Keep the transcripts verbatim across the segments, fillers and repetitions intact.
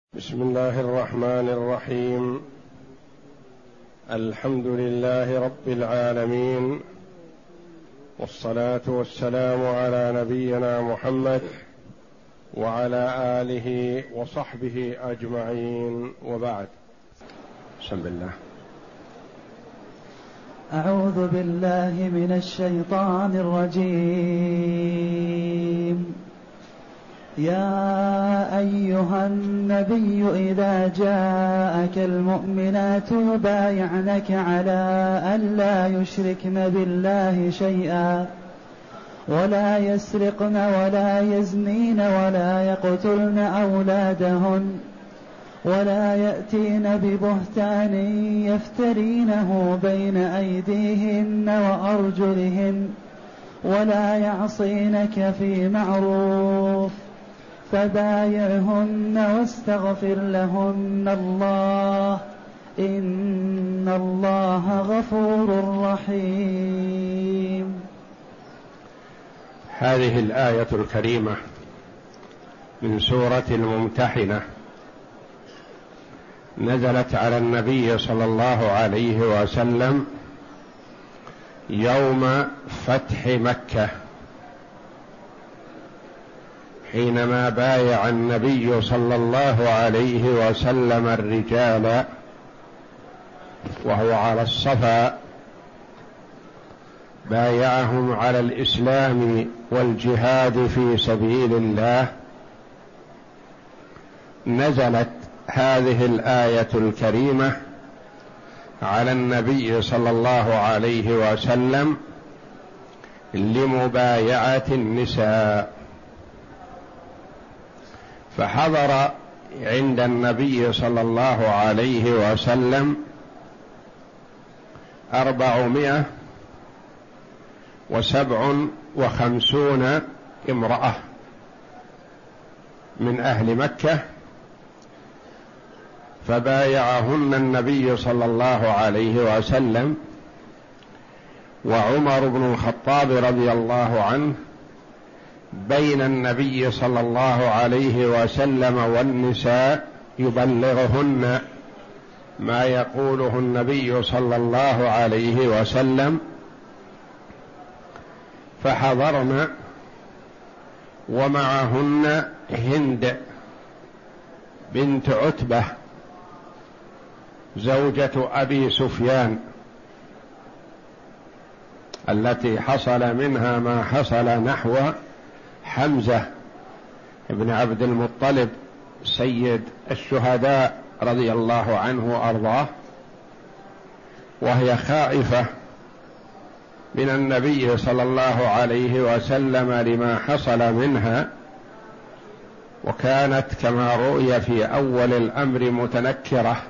بسم الله الرحمن الرحيم. الحمد لله رب العالمين، والصلاة والسلام على نبينا محمد وعلى آله وصحبه أجمعين، وبعد. بسم الله. أعوذ بالله من الشيطان الرجيم. يا أيها النبي إذا جاءك المؤمنات يبايعنك على أن لا يشركن بالله شيئا ولا يسرقن ولا يزنين ولا يقتلن أولادهن ولا يأتين ببهتان يفترينه بين أيديهن وأرجلهن ولا يعصينك في معروف فبايعهن واستغفر لهن الله إن الله غفور رحيم. هذه الآية الكريمة من سورة الممتحنة نزلت على النبي صلى الله عليه وسلم يوم فتح مكة، حينما بايع النبي صلى الله عليه وسلم الرجال وهو على الصفا، بايعهم على الإسلام والجهاد في سبيل الله. نزلت هذه الآية الكريمة على النبي صلى الله عليه وسلم لمبايعة النساء، فحضر عند النبي صلى الله عليه وسلم أربعمائة وسبع وخمسون امرأة من أهل مكة، فبايعهن النبي صلى الله عليه وسلم، وعمر بن الخطاب رضي الله عنه بين النبي صلى الله عليه وسلم والنساء يبلغهن ما يقوله النبي صلى الله عليه وسلم، فحضرن ومعهن هند بنت عتبة زوجة أبي سفيان التي حصل منها ما حصل نحو حمزة ابن عبد المطلب سيد الشهداء رضي الله عنه وأرضاه، وهي خائفة من النبي صلى الله عليه وسلم لما حصل منها، وكانت كما رؤي في أول الأمر متنكرة،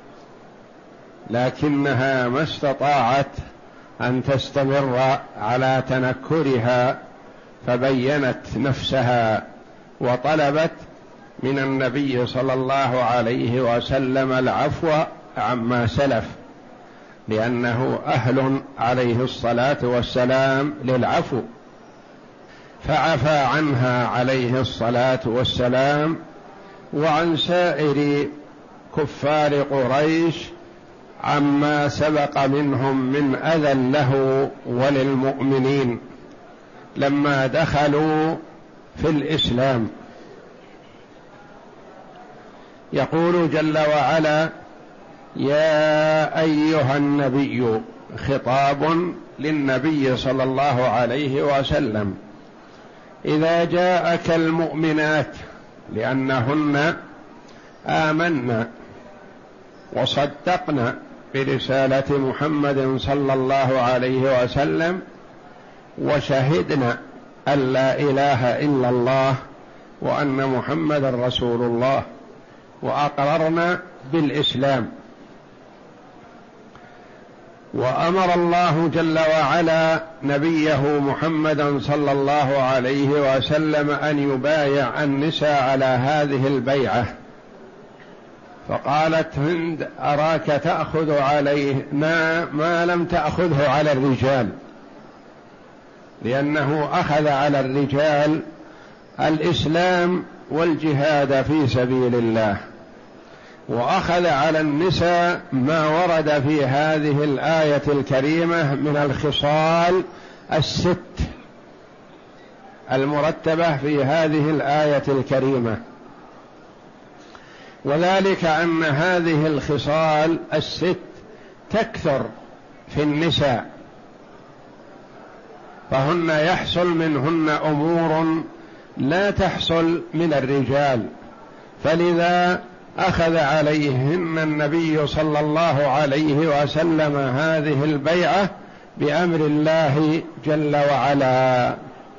لكنها ما استطاعت أن تستمر على تنكرها، فبينت نفسها وطلبت من النبي صلى الله عليه وسلم العفو عما سلف، لأنه أهل عليه الصلاة والسلام للعفو، فعفى عنها عليه الصلاة والسلام وعن سائر كفار قريش عما سبق منهم من أذى له وللمؤمنين لما دخلوا في الإسلام. يقول جل وعلا: يا أيها النبي، خطاب للنبي صلى الله عليه وسلم، إذا جاءك المؤمنات، لأنهن آمنا وصدقنا برسالة محمد صلى الله عليه وسلم، وشهدنا أن لا إله إلا الله وأن محمد رسول الله، وأقررنا بالإسلام. وأمر الله جل وعلا نبيه محمدا صلى الله عليه وسلم أن يبايع النساء على هذه البيعة، فقالت هند: أراك تأخذ علينا ما لم تأخذه على الرجال، لأنه أخذ على الرجال الإسلام والجهاد في سبيل الله، وأخذ على النساء ما ورد في هذه الآية الكريمة من الخصال الست المرتبة في هذه الآية الكريمة، وذلك أن هذه الخصال الست تكثر في النساء، فهن يحصل منهن أمور لا تحصل من الرجال، فلذا أخذ عليهن النبي صلى الله عليه وسلم هذه البيعة بأمر الله جل وعلا.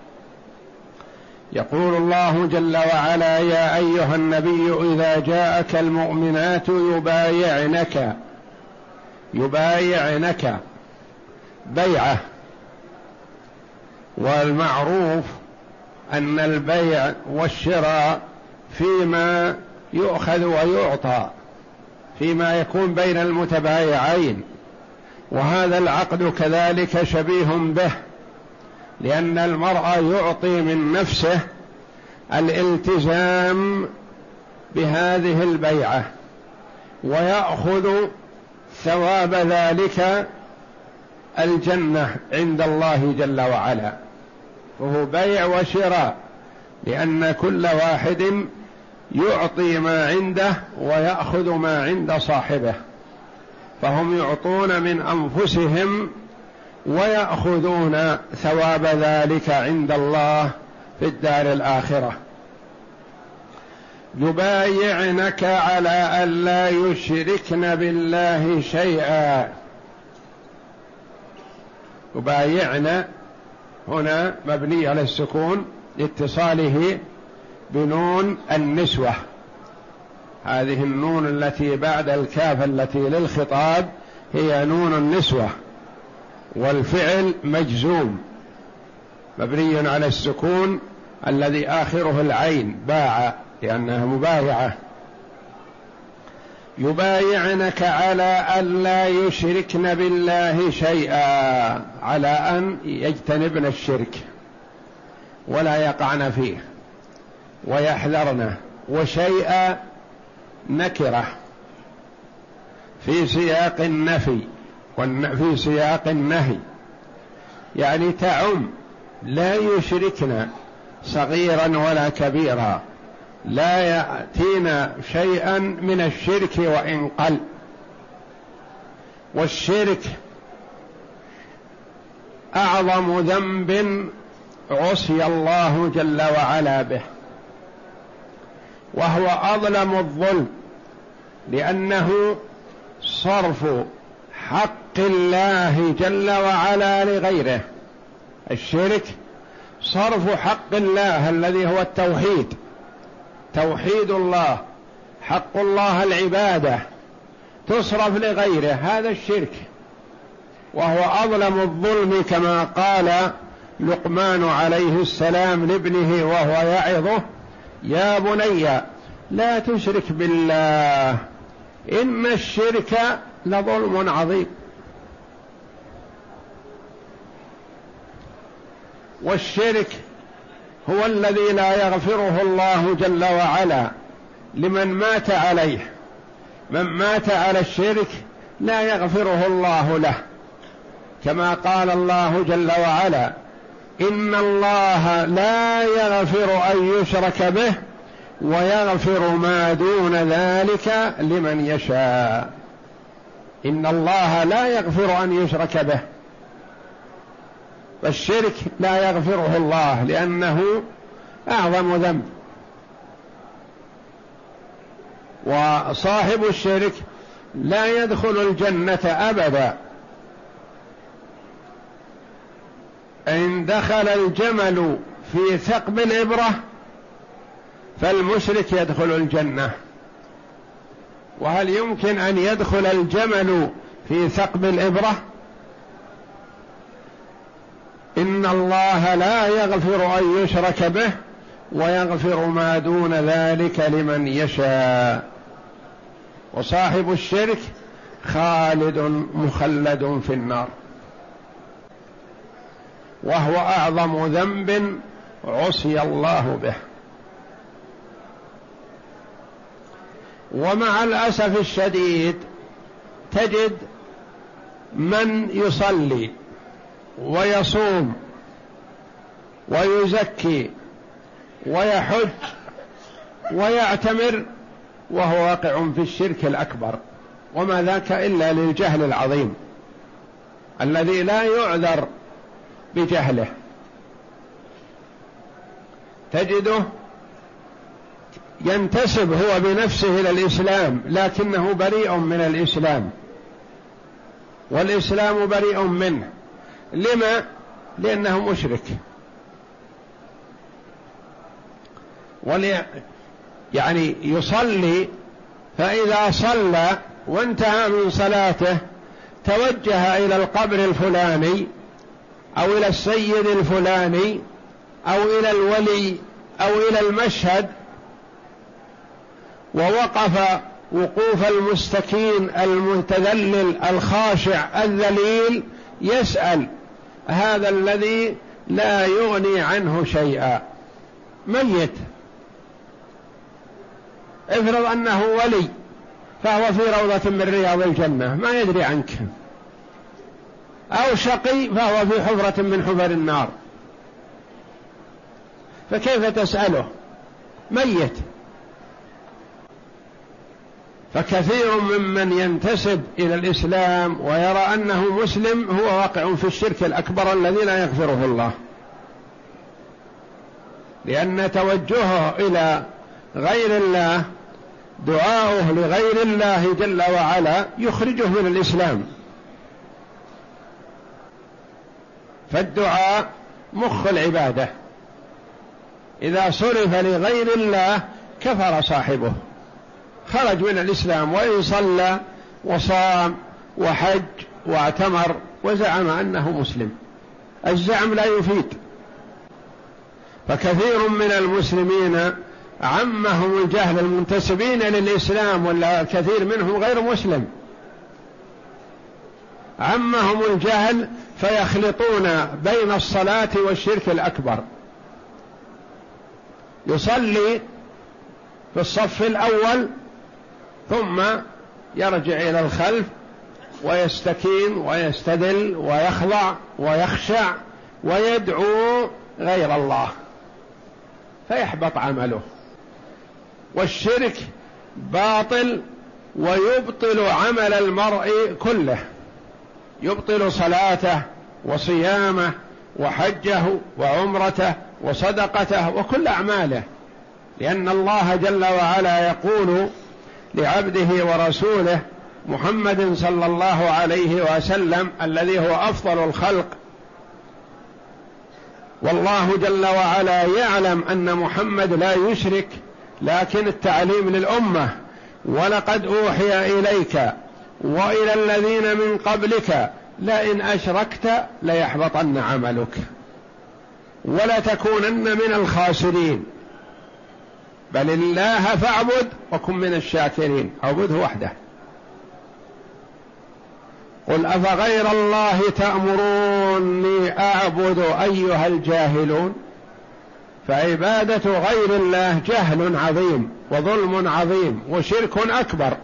يقول الله جل وعلا: يا أيها النبي إذا جاءك المؤمنات يبايعنك يبايعنك بيعة. والمعروف أن البيع والشراء فيما يؤخذ ويعطى، فيما يكون بين المتبايعين، وهذا العقد كذلك شبيه به، لأن المرء يعطي من نفسه الالتزام بهذه البيعة ويأخذ ثواب ذلك الجنة عند الله جل وعلا، وهو بيع وشراء، لأن كل واحد يعطي ما عنده ويأخذ ما عند صاحبه، فهم يعطون من أنفسهم ويأخذون ثواب ذلك عند الله في الدار الآخرة. يبايعنك على أن لا يشركن بالله شيئا. يبايعن هنا مبني على السكون لاتصاله بنون النسوة، هذه النون التي بعد الكاف التي للخطاب هي نون النسوة، والفعل مجزوم مبني على السكون الذي آخره العين، باع، لأنها مبايعة. يبايعنك على أن لا يشركن بالله شيئا، على أن يجتنبن الشرك ولا يقعن فيه ويحذرنه. وشيئا نكرة في سياق النفي وفي سياق النهي، يعني تعم، لا يشركن صغيرا ولا كبيرا، لا يأتين شيئا من الشرك وإن قل. والشرك أعظم ذنب عصي الله جل وعلا به، وهو أظلم الظلم، لأنه صرف حق الله جل وعلا لغيره. الشرك صرف حق الله الذي هو التوحيد، توحيد الله، حق الله العبادة، تصرف لغيره، هذا الشرك، وهو أظلم الظلم، كما قال لقمان عليه السلام لابنه وهو يعظه: يا بني لا تشرك بالله إن الشرك لظلم عظيم. والشرك هو الذي لا يغفره الله جل وعلا لمن مات عليه، من مات على الشرك لا يغفره الله له، كما قال الله جل وعلا: إن الله لا يغفر أن يشرك به ويغفر ما دون ذلك لمن يشاء. إن الله لا يغفر أن يشرك به، فالشرك لا يغفره الله لأنه أعظم ذنب، وصاحب الشرك لا يدخل الجنة أبدا. إن دخل الجمل في ثقب الإبرة فالمشرك يدخل الجنة، وهل يمكن أن يدخل الجمل في ثقب الإبرة؟ إن الله لا يغفر أن يشرك به ويغفر ما دون ذلك لمن يشاء. وصاحب الشرك خالد مخلد في النار، وهو أعظم ذنب عصي الله به. ومع الأسف الشديد تجد من يصلي ويصوم ويزكي ويحج ويعتمر وهو واقع في الشرك الأكبر، وما ذاك إلا للجهل العظيم الذي لا يعذر بجهله. تجده ينتسب هو بنفسه إلى الإسلام لكنه بريء من الإسلام، والإسلام بريء منه. لما؟ لأنه مشرك. ولي يعني يصلي، فإذا صلى وانتهى من صلاته توجه إلى القبر الفلاني أو إلى السيد الفلاني أو إلى الولي أو إلى المشهد، ووقف وقوف المستكين المتذلل الخاشع الذليل يسأل هذا الذي لا يغني عنه شيئا، ميت. افرض أنه ولي فهو في روضة من رياض الجنة ما يدري عنك، أو شقي فهو في حفرة من حفر النار، فكيف تسأله؟ ميت. فكثير ممن ينتسب إلى الإسلام ويرى أنه مسلم هو واقع في الشرك الأكبر الذي لا يغفره الله، لأن توجهه إلى غير الله، دعاؤه لغير الله جل وعلا يخرجه من الإسلام. فالدعاء مخ العبادة، إذا صرف لغير الله كفر صاحبه، خرج من الإسلام، وإن صلى وصام وحج واعتمر وزعم أنه مسلم. الزعم لا يفيد. فكثير من المسلمين عمهم الجهل، المنتسبين للإسلام ولا كثير منهم غير مسلم، عمهم الجهل فيخلطون بين الصلاة والشرك الأكبر. يصلي في الصف الأول ثم يرجع إلى الخلف ويستكين ويستذل ويخضع ويخشع ويدعو غير الله، فيحبط عمله. والشرك باطل ويبطل عمل المرء كله، يبطل صلاته وصيامه وحجه وعمرته وصدقته وكل أعماله، لأن الله جل وعلا يقول لعبده ورسوله محمد صلى الله عليه وسلم الذي هو أفضل الخلق، والله جل وعلا يعلم أن محمد لا يشرك، لكن التعليم للأمة: ولقد أوحي إليك وإلى الذين من قبلك لئن أشركت ليحبطن عملك ولتكونن من الخاسرين، بل الله فاعبد وكن من الشاكرين، اعبده وحده. قل أفغير الله تأمروني أعبد أيها الجاهلون. فعبادة غير الله جهل عظيم وظلم عظيم وشرك أكبر.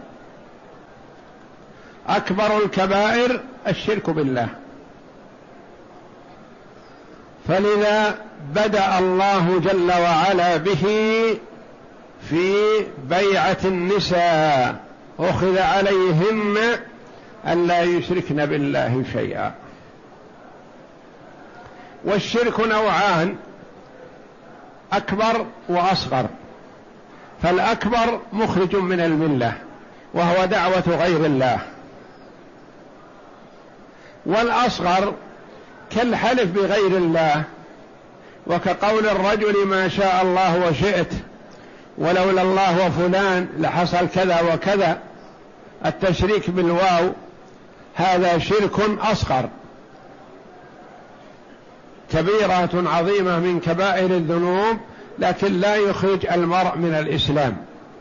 أكبر الكبائر الشرك بالله. فلذا بدأ الله جل وعلا به في بيعة النساء، أخذ عليهن ألا يشركن بالله شيئا. والشرك نوعان: أكبر وأصغر. فالأكبر مخرج من الملة وهو دعوة غير الله، والأصغر كالحلف بغير الله، وكقول الرجل ما شاء الله وشئت ولولا الله وفلان لحصل كذا وكذا. التشريك بالواو هذا شرك أصغر، كبيرة عظيمة من كبائر الذنوب، لكن لا يخرج المرء من الإسلام.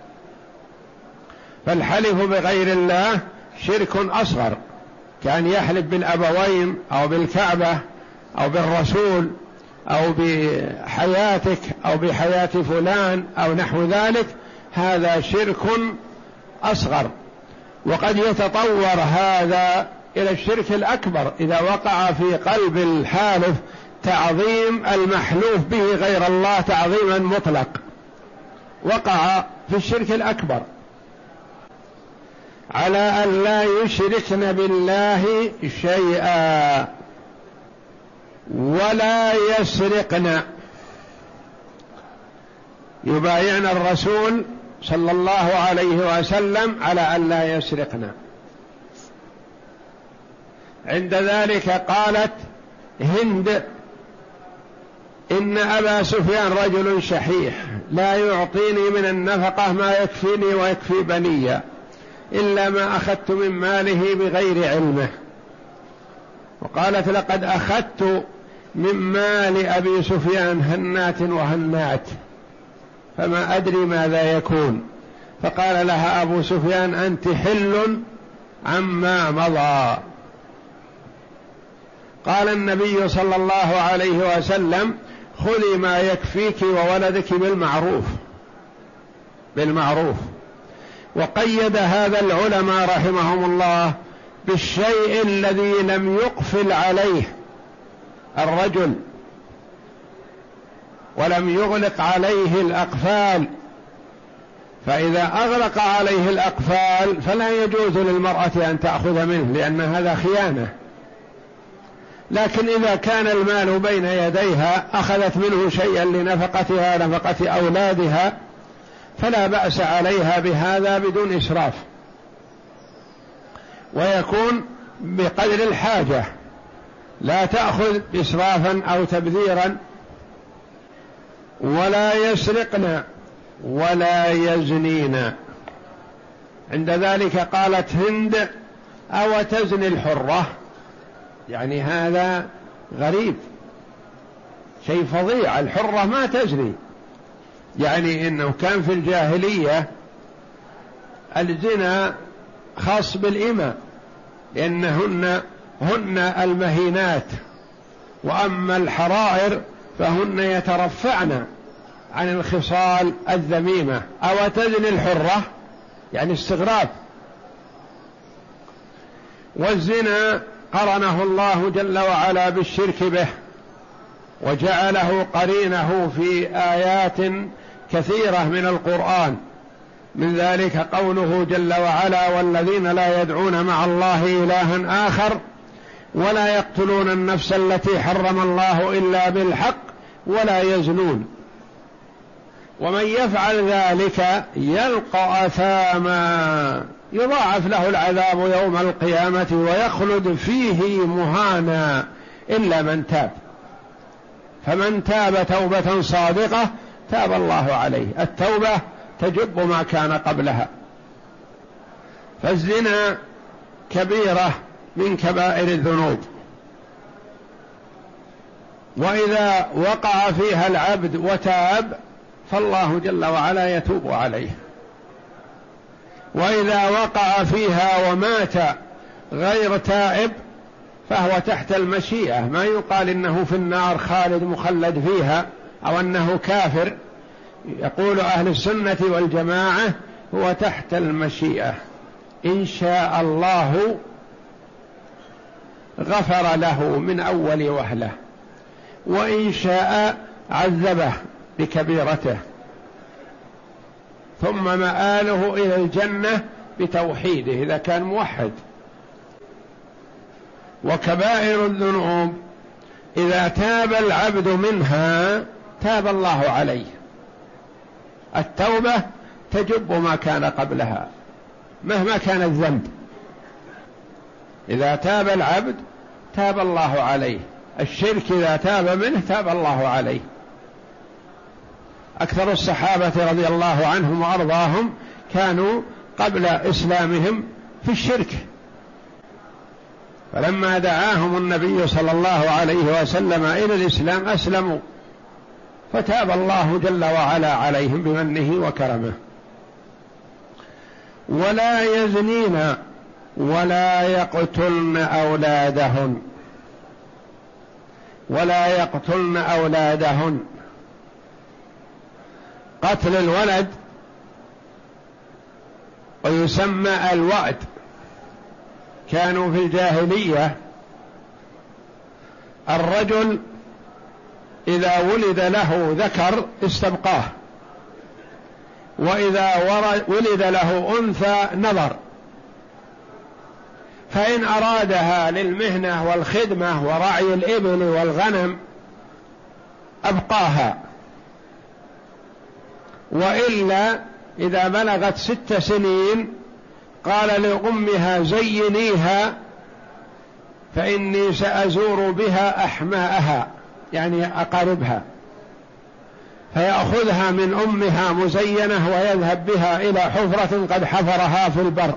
فالحلف بغير الله شرك أصغر، كان يحلف بالأبوين أو بالكعبة أو بالرسول أو بحياتك أو بحياة فلان أو نحو ذلك، هذا شرك أصغر، وقد يتطور هذا إلى الشرك الأكبر إذا وقع في قلب الحالف تعظيم المحلوف به غير الله تعظيما مطلق، وقع في الشرك الأكبر. على أن لا يشركن بالله شيئا ولا يسرقن، يبايعن الرسول صلى الله عليه وسلم على أن لا يسرقن. عند ذلك قالت هند: إن أبا سفيان رجل شحيح لا يعطيني من النفقة ما يكفيني ويكفي بني إلا ما أخذت من ماله بغير علمه. وقالت: لقد أخذت من مال أبي سفيان هنات وهنات فما أدري ماذا يكون. فقال لها أبو سفيان: أنت حل عما مضى. قال النبي صلى الله عليه وسلم: خذي ما يكفيك وولدك بالمعروف بالمعروف. وقيد هذا العلماء رحمهم الله بالشيء الذي لم يقفل عليه الرجل ولم يغلق عليه الأقفال، فإذا أغلق عليه الأقفال فلا يجوز للمرأة أن تأخذ منه لأن هذا خيانة. لكن إذا كان المال بين يديها أخذت منه شيئا لنفقتها نفقة أولادها فلا بأس عليها بهذا بدون إسراف، ويكون بقدر الحاجة، لا تأخذ إسرافا أو تبذيرا. ولا يسرقن ولا يزنين. عند ذلك قالت هند: أو تزني الحرة؟ يعني هذا غريب، شيء فظيع، الحرة ما تزني. يعني إنه كان في الجاهلية الزنا خاص بالإماء لأنهن هن المهينات، وأما الحرائر فهن يترفعن عن الخصال الذميمة. أو تزني الحرة يعني استغراب. والزنا قرنه الله جل وعلا بالشرك به وجعله قرينه في آيات كثيرة من القرآن، من ذلك قوله جل وعلا: والذين لا يدعون مع الله إلها آخر ولا يقتلون النفس التي حرم الله إلا بالحق ولا يزنون ومن يفعل ذلك يلقى أثاما يضاعف له العذاب يوم القيامة ويخلد فيه مهانا إلا من تاب. فمن تاب توبة صادقة تاب الله عليه. التوبة تجب ما كان قبلها. فالزنا كبيرة من كبائر الذنوب، وإذا وقع فيها العبد وتاب فالله جل وعلا يتوب عليه. وإذا وقع فيها ومات غير تائب فهو تحت المشيئة، ما يقال إنه في النار خالد مخلد فيها أو أنه كافر. يقول أهل السنة والجماعة هو تحت المشيئة، إن شاء الله غفر له من أول وهلة، وإن شاء عذبه بكبيرته، ثم مآله إلى الجنة بتوحيده إذا كان موحد. وكبائر الذنوب إذا تاب العبد منها تاب الله عليه. التوبة تجب ما كان قبلها مهما كان الذنب. إذا تاب العبد تاب الله عليه. الشرك إذا تاب منه تاب الله عليه. أكثر الصحابة رضي الله عنهم وأرضاهم كانوا قبل إسلامهم في الشرك، فلما دعاهم النبي صلى الله عليه وسلم إلى الإسلام أسلموا، فتاب الله جل وعلا عليهم بمنه وكرمه. ولا يزنين ولا يقتلن أولادهن ولا يقتلن أولادهن. قتل الولد ويسمى الوأد. كانوا في الجاهلية الرجل إذا ولد له ذكر استبقاه، وإذا ولد له أنثى نظر، فإن أرادها للمهنة والخدمة ورعي الإبل والغنم أبقاها، وإلا إذا بلغت ست سنين قال لأمها زينيها فإني سأزور بها أحماءها، يعني أقاربها، فيأخذها من أمها مزينة ويذهب بها إلى حفرة قد حفرها في البر،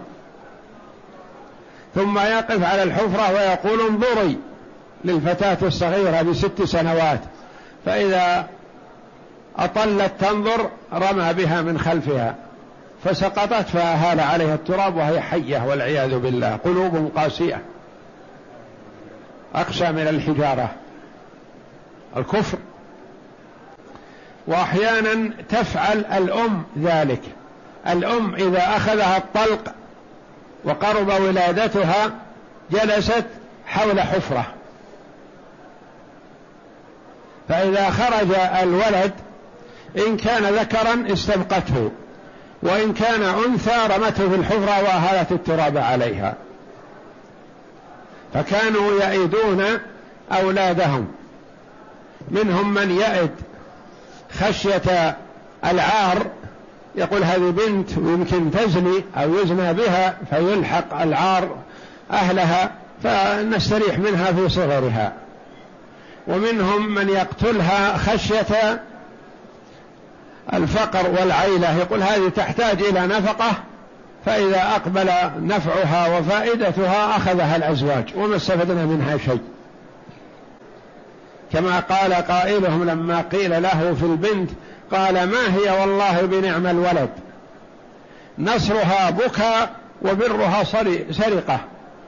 ثم يقف على الحفرة ويقول انظري للفتاة الصغيرة بست سنوات، فإذا أطلت تنظر رمى بها من خلفها فسقطت فأهال عليها التراب وهي حية والعياذ بالله. قلوب قاسية أقسى من الحجارة، الكفر. وأحيانا تفعل الأم ذلك، الأم إذا أخذها الطلق وقرب ولادتها جلست حول حفرة، فإذا خرج الولد إن كان ذكرا استبقته، وإن كان أنثى رمته في الحفرة وأهالت التراب عليها. فكانوا يئدون أولادهم، منهم من يئد خشية العار، يقول هذه بنت ويمكن تزني أو يزنى بها فيلحق العار أهلها فنستريح منها في صغرها، ومنهم من يقتلها خشية الفقر والعيلة، يقول هذه تحتاج إلى نفقة، فإذا أقبل نفعها وفائدتها أخذها الأزواج وما استفدنا منها شيء. كما قال قائلهم لما قيل له في البنت قال ما هي والله بنعم الولد، نصرها بكى وبرها سرقة.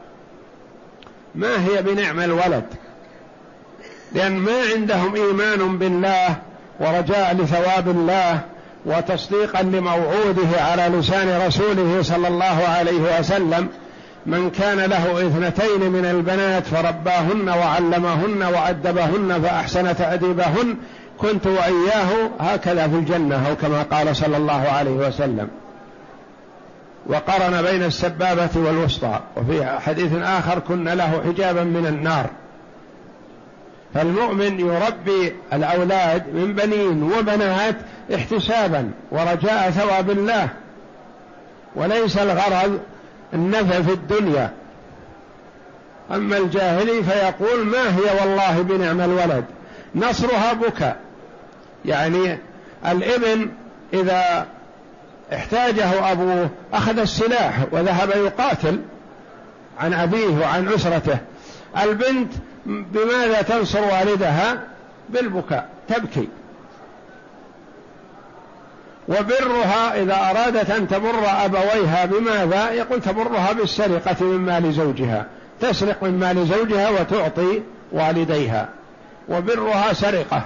ما هي بنعم الولد، لأن ما عندهم إيمان بالله ورجاء لثواب الله وتصديقا لموعوده على لسان رسوله صلى الله عليه وسلم: من كان له اثنتين من البنات فرباهن وعلمهن وأدبهن فأحسن تأديبهن كنت وإياه هكذا في الجنة، أو كما قال صلى الله عليه وسلم. وقرن بين السبابة والوسطى، وفي حديث آخر كن له حجابا من النار. فالمؤمن يربي الأولاد من بنين وبنات احتسابا ورجاء ثواب الله، وليس الغرض النفع في الدنيا. أما الجاهلي فيقول ما هي والله بنعم الولد، نصرها بكى، يعني الابن إذا احتاجه أبوه أخذ السلاح وذهب يقاتل عن أبيه وعن أسرته. البنت بماذا تنصر والدها؟ بالبكاء، تبكي. وبرها إذا أرادت أن تبر أبويها بماذا؟ يقول تبرها بالسرقة من مال زوجها، تسرق من مال زوجها وتعطي والديها، وبرها سرقة.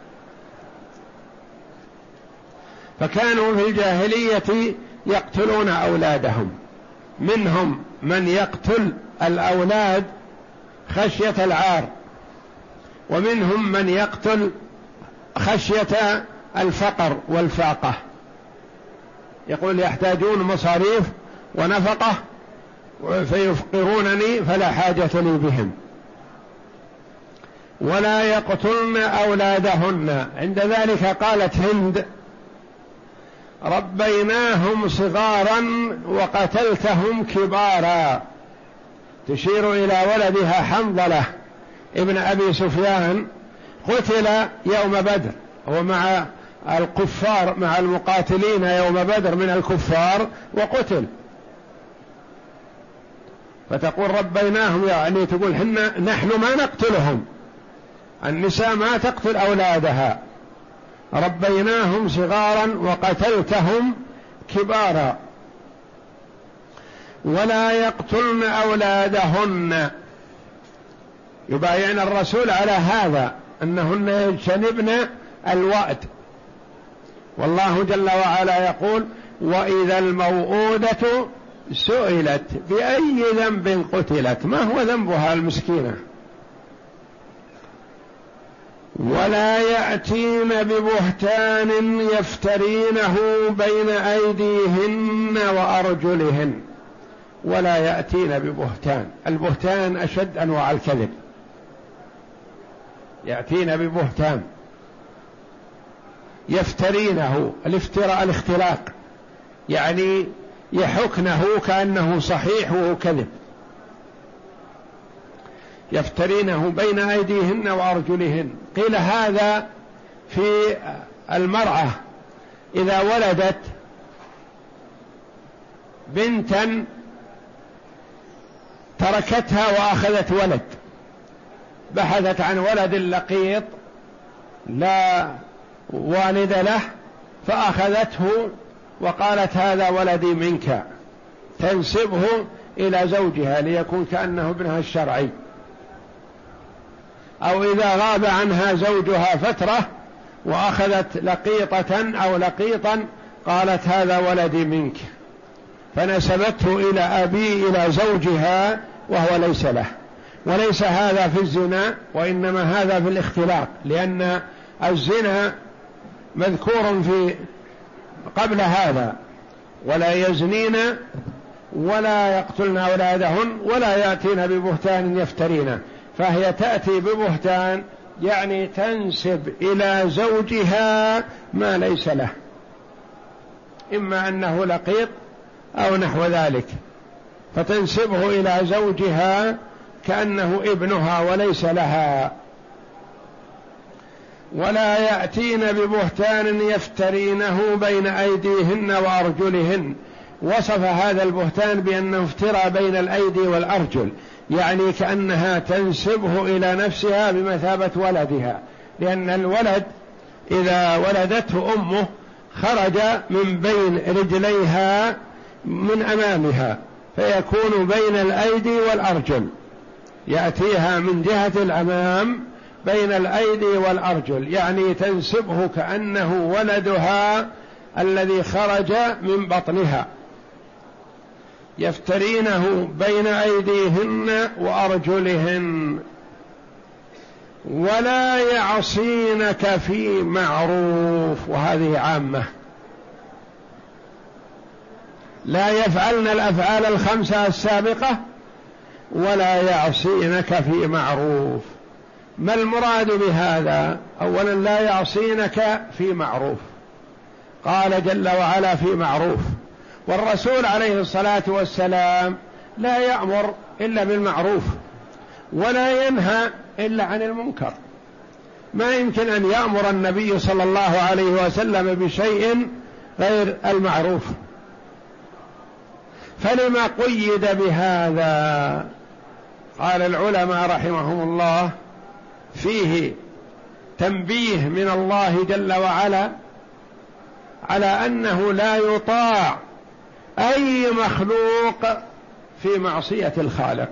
فكانوا في الجاهلية يقتلون أولادهم، منهم من يقتل الأولاد خشية العار، ومنهم من يقتل خشية الفقر والفاقة، يقول يحتاجون مصاريف ونفقة فيفقرونني فلا حاجة لي بهم. ولا يقتلن أولادهن. عند ذلك قالت هند: ربيناهم صغارا وقتلتهم كبارا، تشير إلى ولدها حنظلة ابن أبي سفيان، قتل يوم بدر ومع الكفار، مع المقاتلين يوم بدر من الكفار، وقتل. فتقول ربيناهم، يعني تقول حنا نحن ما نقتلهم، النساء ما تقتل أولادها. ربيناهم صغارا وقتلتهم كبارا. ولا يقتلن أولادهن، يبايعن الرسول على هذا أنهن يجتنبن الوأد. والله جل وعلا يقول: وإذا الموءودة سئلت بأي ذنب قتلت، ما هو ذنبها المسكينة؟ ولا يأتين ببهتان يفترينه بين أيديهن وأرجلهن. ولا يأتين ببهتان، البهتان أشد أنواع الكذب، يأتين ببهتان يفترينه، الافتراء الاختلاق، يعني يحكنه كأنه صحيح وهو كذب. يفترينه بين أيديهن وأرجلهن. قيل هذا في المرأة إذا ولدت بنتا تركتها وأخذت ولد، بحثت عن ولد لقيط لا والد له فأخذته وقالت هذا ولدي منك، تنسبه إلى زوجها ليكون كأنه ابنها الشرعي. أو إذا غاب عنها زوجها فترة وأخذت لقيطة أو لقيطا قالت هذا ولدي منك، فنسبته إلى أبي إلى زوجها وهو ليس له. وليس هذا في الزنا، وإنما هذا في الاختلاق، لأن الزنا مذكور في قبل هذا: ولا يزنين ولا يقتلن أولادهن ولا يأتين ببهتان يفترينه. فهي تأتي ببهتان يعني تنسب إلى زوجها ما ليس له، إما أنه لقيط أو نحو ذلك، فتنسبه إلى زوجها كأنه ابنها وليس لها. ولا يأتين ببهتان يفترينه بين أيديهن وأرجلهن. وصف هذا البهتان بأنه افترى بين الأيدي والأرجل، يعني كأنها تنسبه إلى نفسها بمثابة ولدها، لأن الولد إذا ولدته أمه خرج من بين رجليها من أمامها، فيكون بين الأيدي والأرجل، يأتيها من جهة الأمام بين الأيدي والأرجل، يعني تنسبه كأنه ولدها الذي خرج من بطنها. يفترينه بين أيديهن وأرجلهن. ولا يعصينك في معروف، وهذه عامة، لا يفعلن الأفعال الخمسة السابقة ولا يعصينك في معروف. ما المراد بهذا؟ أولا لا يعصينك في معروف، قال جل وعلا في معروف، والرسول عليه الصلاة والسلام لا يأمر إلا بالمعروف ولا ينهى إلا عن المنكر. ما يمكن أن يأمر النبي صلى الله عليه وسلم بشيء غير المعروف، فلما قيد بهذا؟ قال العلماء رحمهم الله فيه تنبيه من الله جل وعلا على أنه لا يطاع أي مخلوق في معصية الخالق،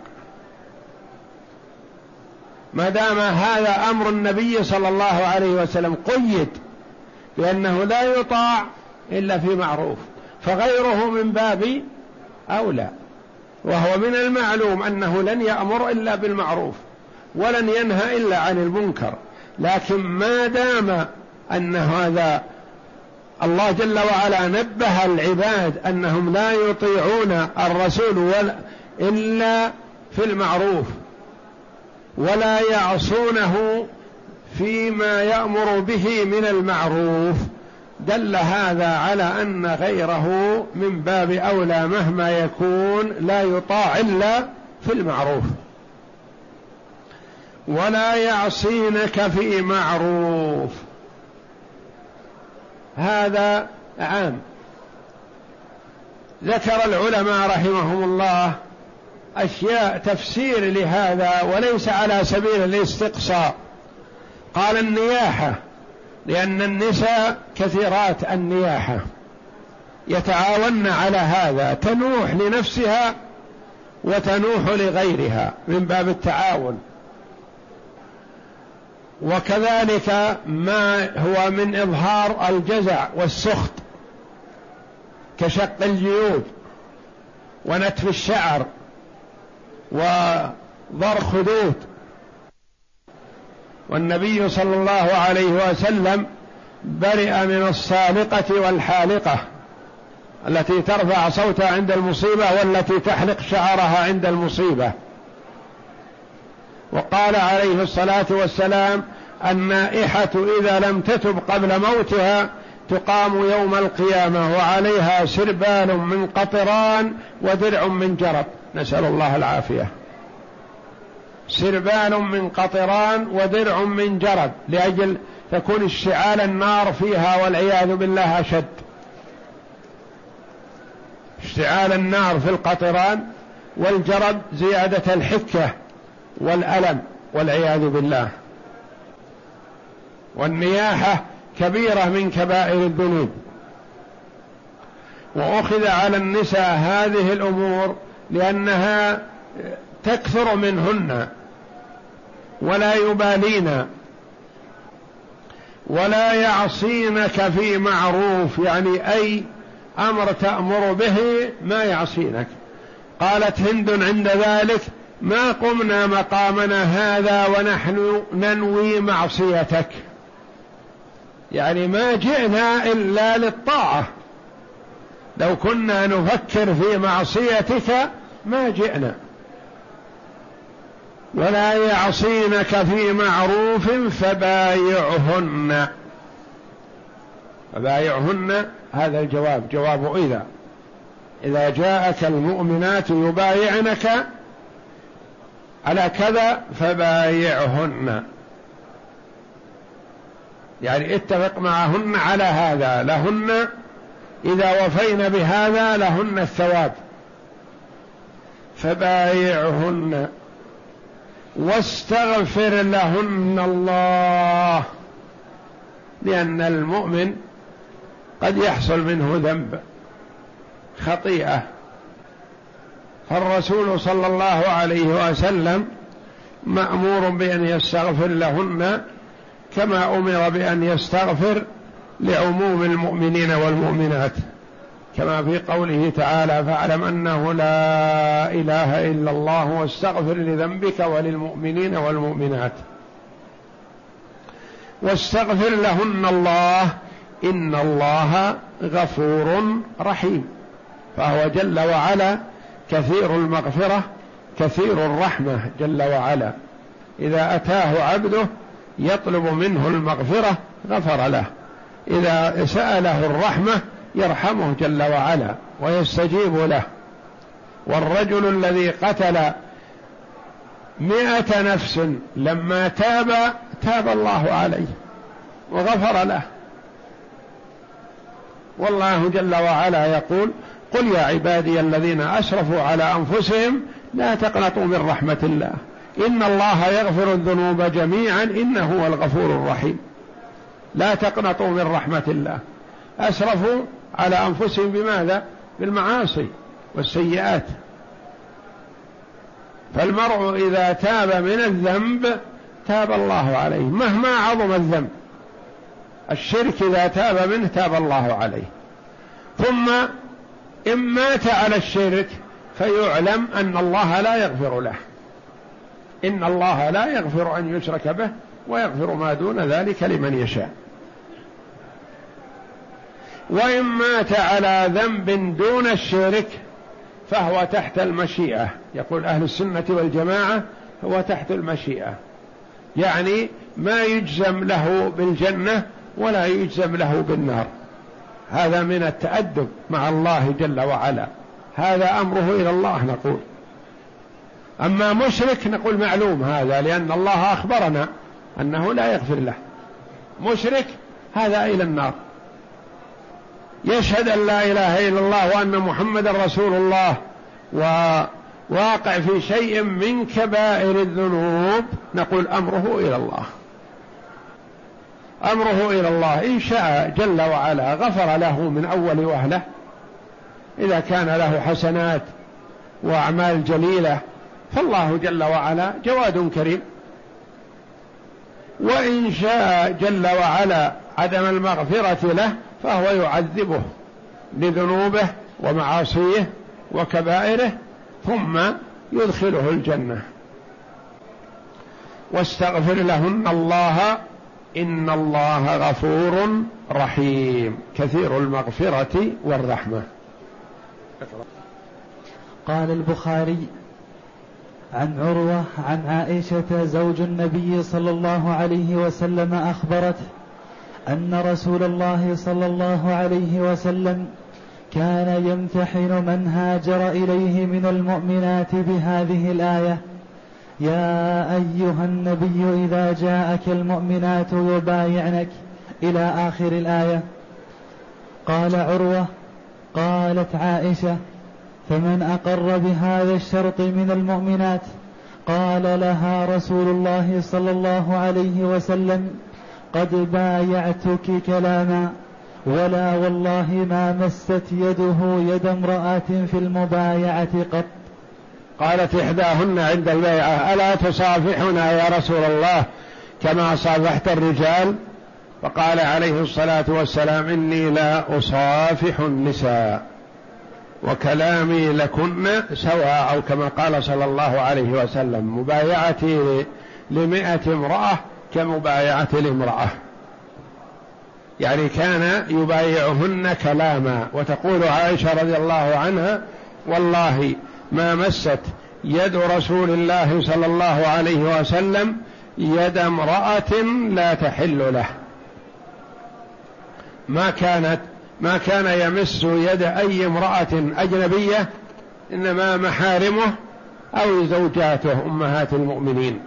ما دام هذا أمر النبي صلى الله عليه وسلم قيد بأنه لا يطاع إلا في معروف، فغيره من باب أولى. وهو من المعلوم أنه لن يأمر إلا بالمعروف ولن ينهى إلا عن المنكر، لكن ما دام أن هذا الله جل وعلا نبه العباد أنهم لا يطيعون الرسول إلا في المعروف ولا يعصونه فيما يأمر به من المعروف، دل هذا على أن غيره من باب أولى مهما يكون لا يطاع إلا في المعروف. ولا يعصينك في معروف، هذا عام. ذكر العلماء رحمهم الله أشياء تفسير لهذا وليس على سبيل الاستقصاء. قال النياحة، لأن النساء كثيرات النياحة يتعاون على هذا، تنوح لنفسها وتنوح لغيرها من باب التعاون. وكذلك ما هو من إظهار الجزع والسخط، كشق الجيوب ونتف الشعر وضر خدود. والنبي صلى الله عليه وسلم برئ من الصالقة والحالقة التي ترفع صوتها عند المصيبة والتي تحلق شعرها عند المصيبة. وقال عليه الصلاة والسلام: النائحة إذا لم تتب قبل موتها تقام يوم القيامة وعليها سربال من قطران ودرع من جرب، نسأل الله العافية. سربال من قطران ودرع من جرب، لأجل تكون اشتعال النار فيها والعياذ بالله أشد. اشتعال النار في القطران، والجرب زيادة الحكة والألم والعياذ بالله. والنياحة كبيرة من كبائر الذنوب. وأخذ على النساء هذه الأمور لأنها تكثر منهن ولا يبالين ولا يعصينك في معروف، يعني أي أمر تأمر به ما يعصينك. قالت هند عند ذلك: ما قمنا مقامنا هذا ونحن ننوي معصيتك، يعني ما جئنا إلا للطاعة، لو كنا نفكر في معصيتك ما جئنا. ولا يعصينك في معروف فبايعهن. فبايعهن هذا الجواب جواب إذا إذا جاءك المؤمنات يبايعنك على كذا فبايعهن، يعني اتفق معهن على هذا، لهن إذا وفين بهذا لهن الثواب. فبايعهن واستغفر لهن الله، لأن المؤمن قد يحصل منه ذنب خطيئة، فالرسول صلى الله عليه وسلم مأمور بأن يستغفر لهن كما أمر بأن يستغفر لعموم المؤمنين والمؤمنات، كما في قوله تعالى: فاعلم أنه لا إله إلا الله واستغفر لذنبك وللمؤمنين والمؤمنات. واستغفر لهن الله إن الله غفور رحيم، فهو جل وعلا كثير المغفرة كثير الرحمة جل وعلا. إذا أتاه عبده يطلب منه المغفرة غفر له، إذا سأله الرحمة يرحمه جل وعلا ويستجيب له. والرجل الذي قتل مئة نفس لما تاب تاب الله عليه وغفر له. والله جل وعلا يقول: قل يا عبادي الذين أسرفوا على أنفسهم لا تقنطوا من رحمة الله إن الله يغفر الذنوب جميعا إنه هو الغفور الرحيم. لا تقنطوا من رحمة الله. أسرفوا على أنفسهم بماذا؟ بالمعاصي والسيئات. فالمرء إذا تاب من الذنب تاب الله عليه مهما عظم الذنب. الشرك إذا تاب منه تاب الله عليه. ثم إن مات على الشرك فيعلم أن الله لا يغفر له، إن الله لا يغفر أن يشرك به ويغفر ما دون ذلك لمن يشاء. وإن مات على ذنب دون الشرك فهو تحت المشيئة. يقول أهل السنة والجماعة هو تحت المشيئة، يعني ما يجزم له بالجنة ولا يجزم له بالنار. هذا من التأدب مع الله جل وعلا، هذا أمره إلى الله نقول. أما مشرك نقول معلوم هذا، لأن الله أخبرنا أنه لا يغفر له. مشرك هذا إلى النار. يشهد أن لا إله إلا الله وأن محمد رسول الله وواقع في شيء من كبائر الذنوب نقول أمره إلى الله، أمره إلى الله. إن شاء جل وعلا غفر له من أول وهلة إذا كان له حسنات وأعمال جليلة، فالله جل وعلا جواد كريم. وإن شاء جل وعلا عدم المغفرة له فهو يعذبه لذنوبه ومعاصيه وكبائره ثم يدخله الجنة. واستغفر لهن الله إن الله غفور رحيم كثير المغفرة والرحمة. قال البخاري عن عروة عن عائشة زوج النبي صلى الله عليه وسلم أخبرته أن رسول الله صلى الله عليه وسلم كان يمتحن من هاجر إليه من المؤمنات بهذه الآية: يا أيها النبي إذا جاءك المؤمنات يبايعنك إلى آخر الآية. قال عروة: قالت عائشة: فمن أقر بهذا الشرط من المؤمنات؟ قال لها رسول الله صلى الله عليه وسلم: قد بايعتك كلاما، ولا والله ما مست يده يد امرأة في المبايعة قط. قالت إحداهن عند البيعة: ألا تصافحنا يا رسول الله كما صافحت الرجال؟ فقال عليه الصلاة والسلام: إني لا أصافح النساء وكلامي لكن سواء، أو كما قال صلى الله عليه وسلم: مبايعتي لمئة امرأة كمبايعة لامرأة. يعني كان يبايعهن كلاما. وتقول عائشة رضي الله عنها: والله ما مست يد رسول الله صلى الله عليه وسلم يد امرأة لا تحل له. ما كانت ما كان يمس يد أي امرأة أجنبية، إنما محارمه أو زوجاته أمهات المؤمنين.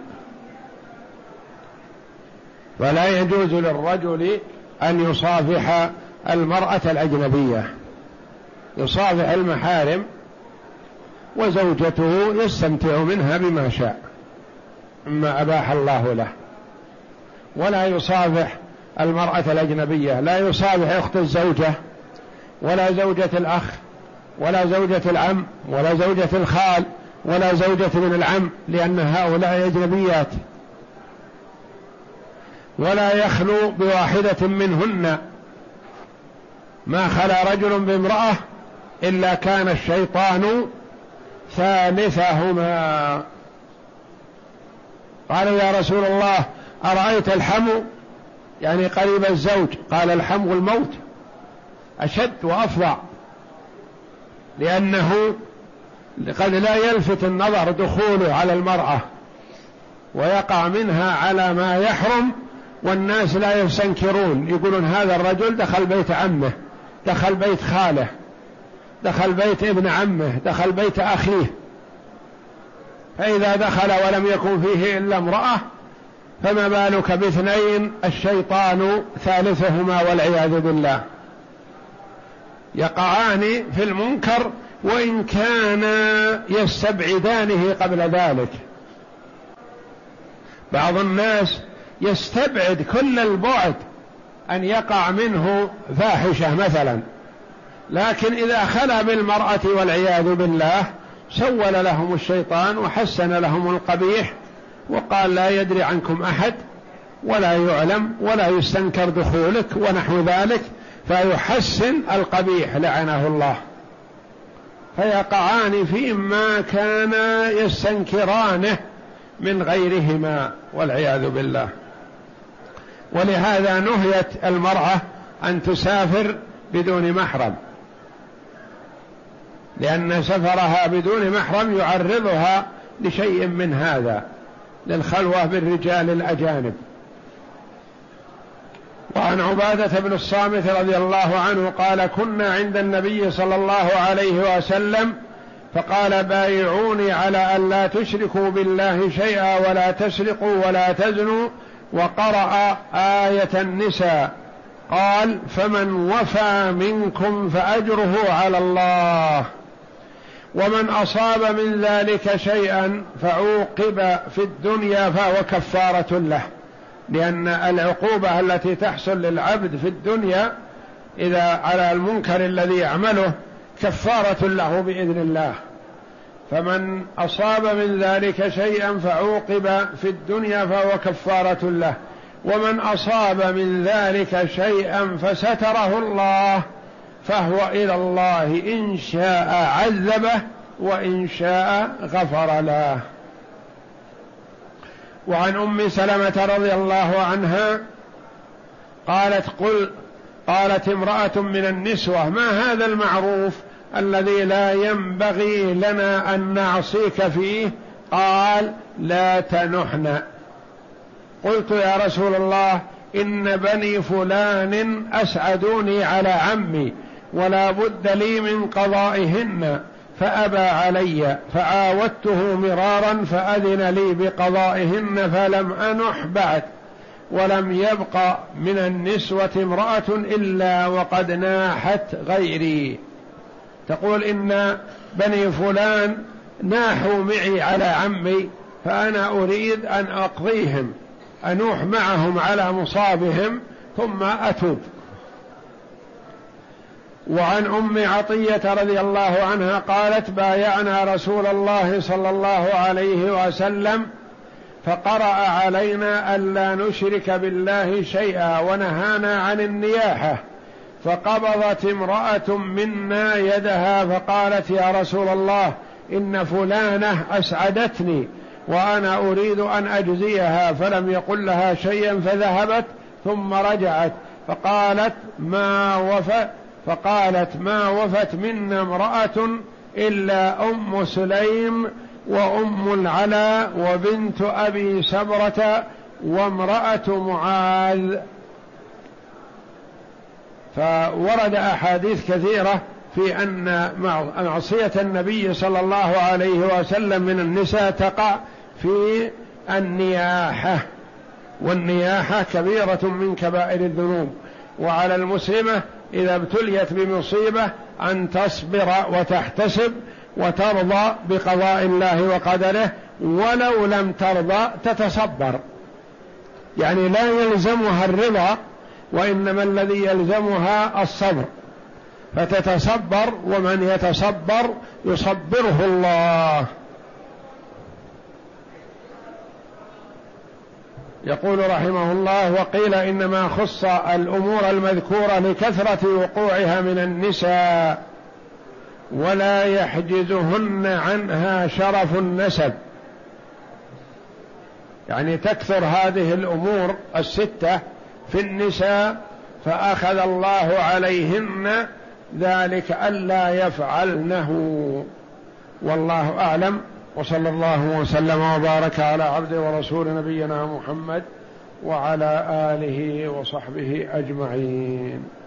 فلا يجوز للرجل أن يصافح المرأة الأجنبية، يصافح المحارم، وزوجته يستمتع منها بما شاء مما أباح الله له. ولا يصافح المرأة الأجنبية، لا يصافح أخت الزوجة ولا زوجة الأخ ولا زوجة العم ولا زوجة الخال ولا زوجة من العم، لأن هؤلاء أجنبيات. ولا يخلو بواحدة منهن، ما خلا رجل بامرأة إلا كان الشيطان ثالثهما. قال: يا رسول الله أرأيت الحمو، يعني قريب الزوج؟ قال: الحمو الموت أشد وأفظع، لأنه قد لا يلفت النظر دخوله على المرأة ويقع منها على ما يحرم، والناس لا يستنكرون، يقولون هذا الرجل دخل بيت عمه، دخل بيت خاله، دخل بيت ابن عمه، دخل بيت أخيه. فإذا دخل ولم يكن فيه إلا امرأة، فما بالك باثنين الشيطان ثالثهما والعياذ بالله. يقعان في المنكر وإن كان يستبعدانه قبل ذلك. بعض الناس يستبعد كل البعد أن يقع منه فاحشة مثلا، لكن إذا خلا بالمرأة والعياذ بالله سول لهم الشيطان وحسن لهم القبيح، وقال: لا يدري عنكم أحد ولا يعلم ولا يستنكر دخولك ونحو ذلك، فيحسن القبيح لعنه الله. فيقعان فيما كان يستنكرانه من غيرهما والعياذ بالله. ولهذا نهيت المرأة أن تسافر بدون محرم، لأن سفرها بدون محرم يعرضها لشيء من هذا، للخلوة بالرجال الأجانب. وعن عبادة بن الصامت رضي الله عنه قال: كنا عند النبي صلى الله عليه وسلم فقال: بايعوني على أن لا تشركوا بالله شيئا ولا تسرقوا ولا تزنوا، وقرأ آية النساء. قال: فمن وفى منكم فأجره على الله، ومن أصاب من ذلك شيئا فعوقب في الدنيا فهو كفارة له. لأن العقوبة التي تحصل للعبد في الدنيا إذا على المنكر الذي يعمله كفارة له بإذن الله. فمن أصاب من ذلك شيئا فعوقب في الدنيا فهو كفارة له، ومن أصاب من ذلك شيئا فستره الله فهو إلى الله إن شاء عذبه وإن شاء غفر له. وعن أم سلمة رضي الله عنها قالت قل قالت امرأة من النسوة: ما هذا المعروف الذي لا ينبغي لنا أن نعصيك فيه؟ قال: لا تنحن. قلت: يا رسول الله، إن بني فلان أسعدوني على عمي ولا بد لي من قضائهن، فأبى علي، فعاودته مرارا فأذن لي بقضائهن فلم أنح بعد، ولم يبق من النسوة امرأة إلا وقد ناحت غيري. تقول: إن بني فلان ناحوا معي على عمي، فأنا أريد أن أقضيهم، أنوح معهم على مصابهم ثم أتوب. وعن أم عطية رضي الله عنها قالت: بايعنا رسول الله صلى الله عليه وسلم فقرأ علينا ألا نشرك بالله شيئا ونهانا عن النياحة، فقبضت امرأة منا يدها فقالت: يا رسول الله، إن فلانة أسعدتني وأنا أريد أن أجزيها، فلم يقل لها شيئا فذهبت ثم رجعت فقالت ما وفت فقالت ما وفت منا امرأة إلا أم سليم وأم العلا وبنت أبي سبرة وامرأة معاذ. فورد أحاديث كثيرة في أن معصية النبي صلى الله عليه وسلم من النساء تقع في النياحة، والنياحة كبيرة من كبائر الذنوب. وعلى المسلمة إذا ابتليت بمصيبة أن تصبر وتحتسب وترضى بقضاء الله وقدره، ولو لم ترضى تتصبر، يعني لا يلزمها الرضا وإنما الذي يلزمها الصبر، فتتصبر، ومن يتصبر يصبره الله. يقول رحمه الله: وقيل إنما خص الأمور المذكورة لكثرة وقوعها من النساء ولا يحجزهن عنها شرف النسب، يعني تكثر هذه الأمور الستة في النساء فأخذ الله عليهن ذلك ألا يفعلنه. والله أعلم، وصلى الله وسلم وبارك على عبده ورسول نبينا محمد وعلى آله وصحبه أجمعين.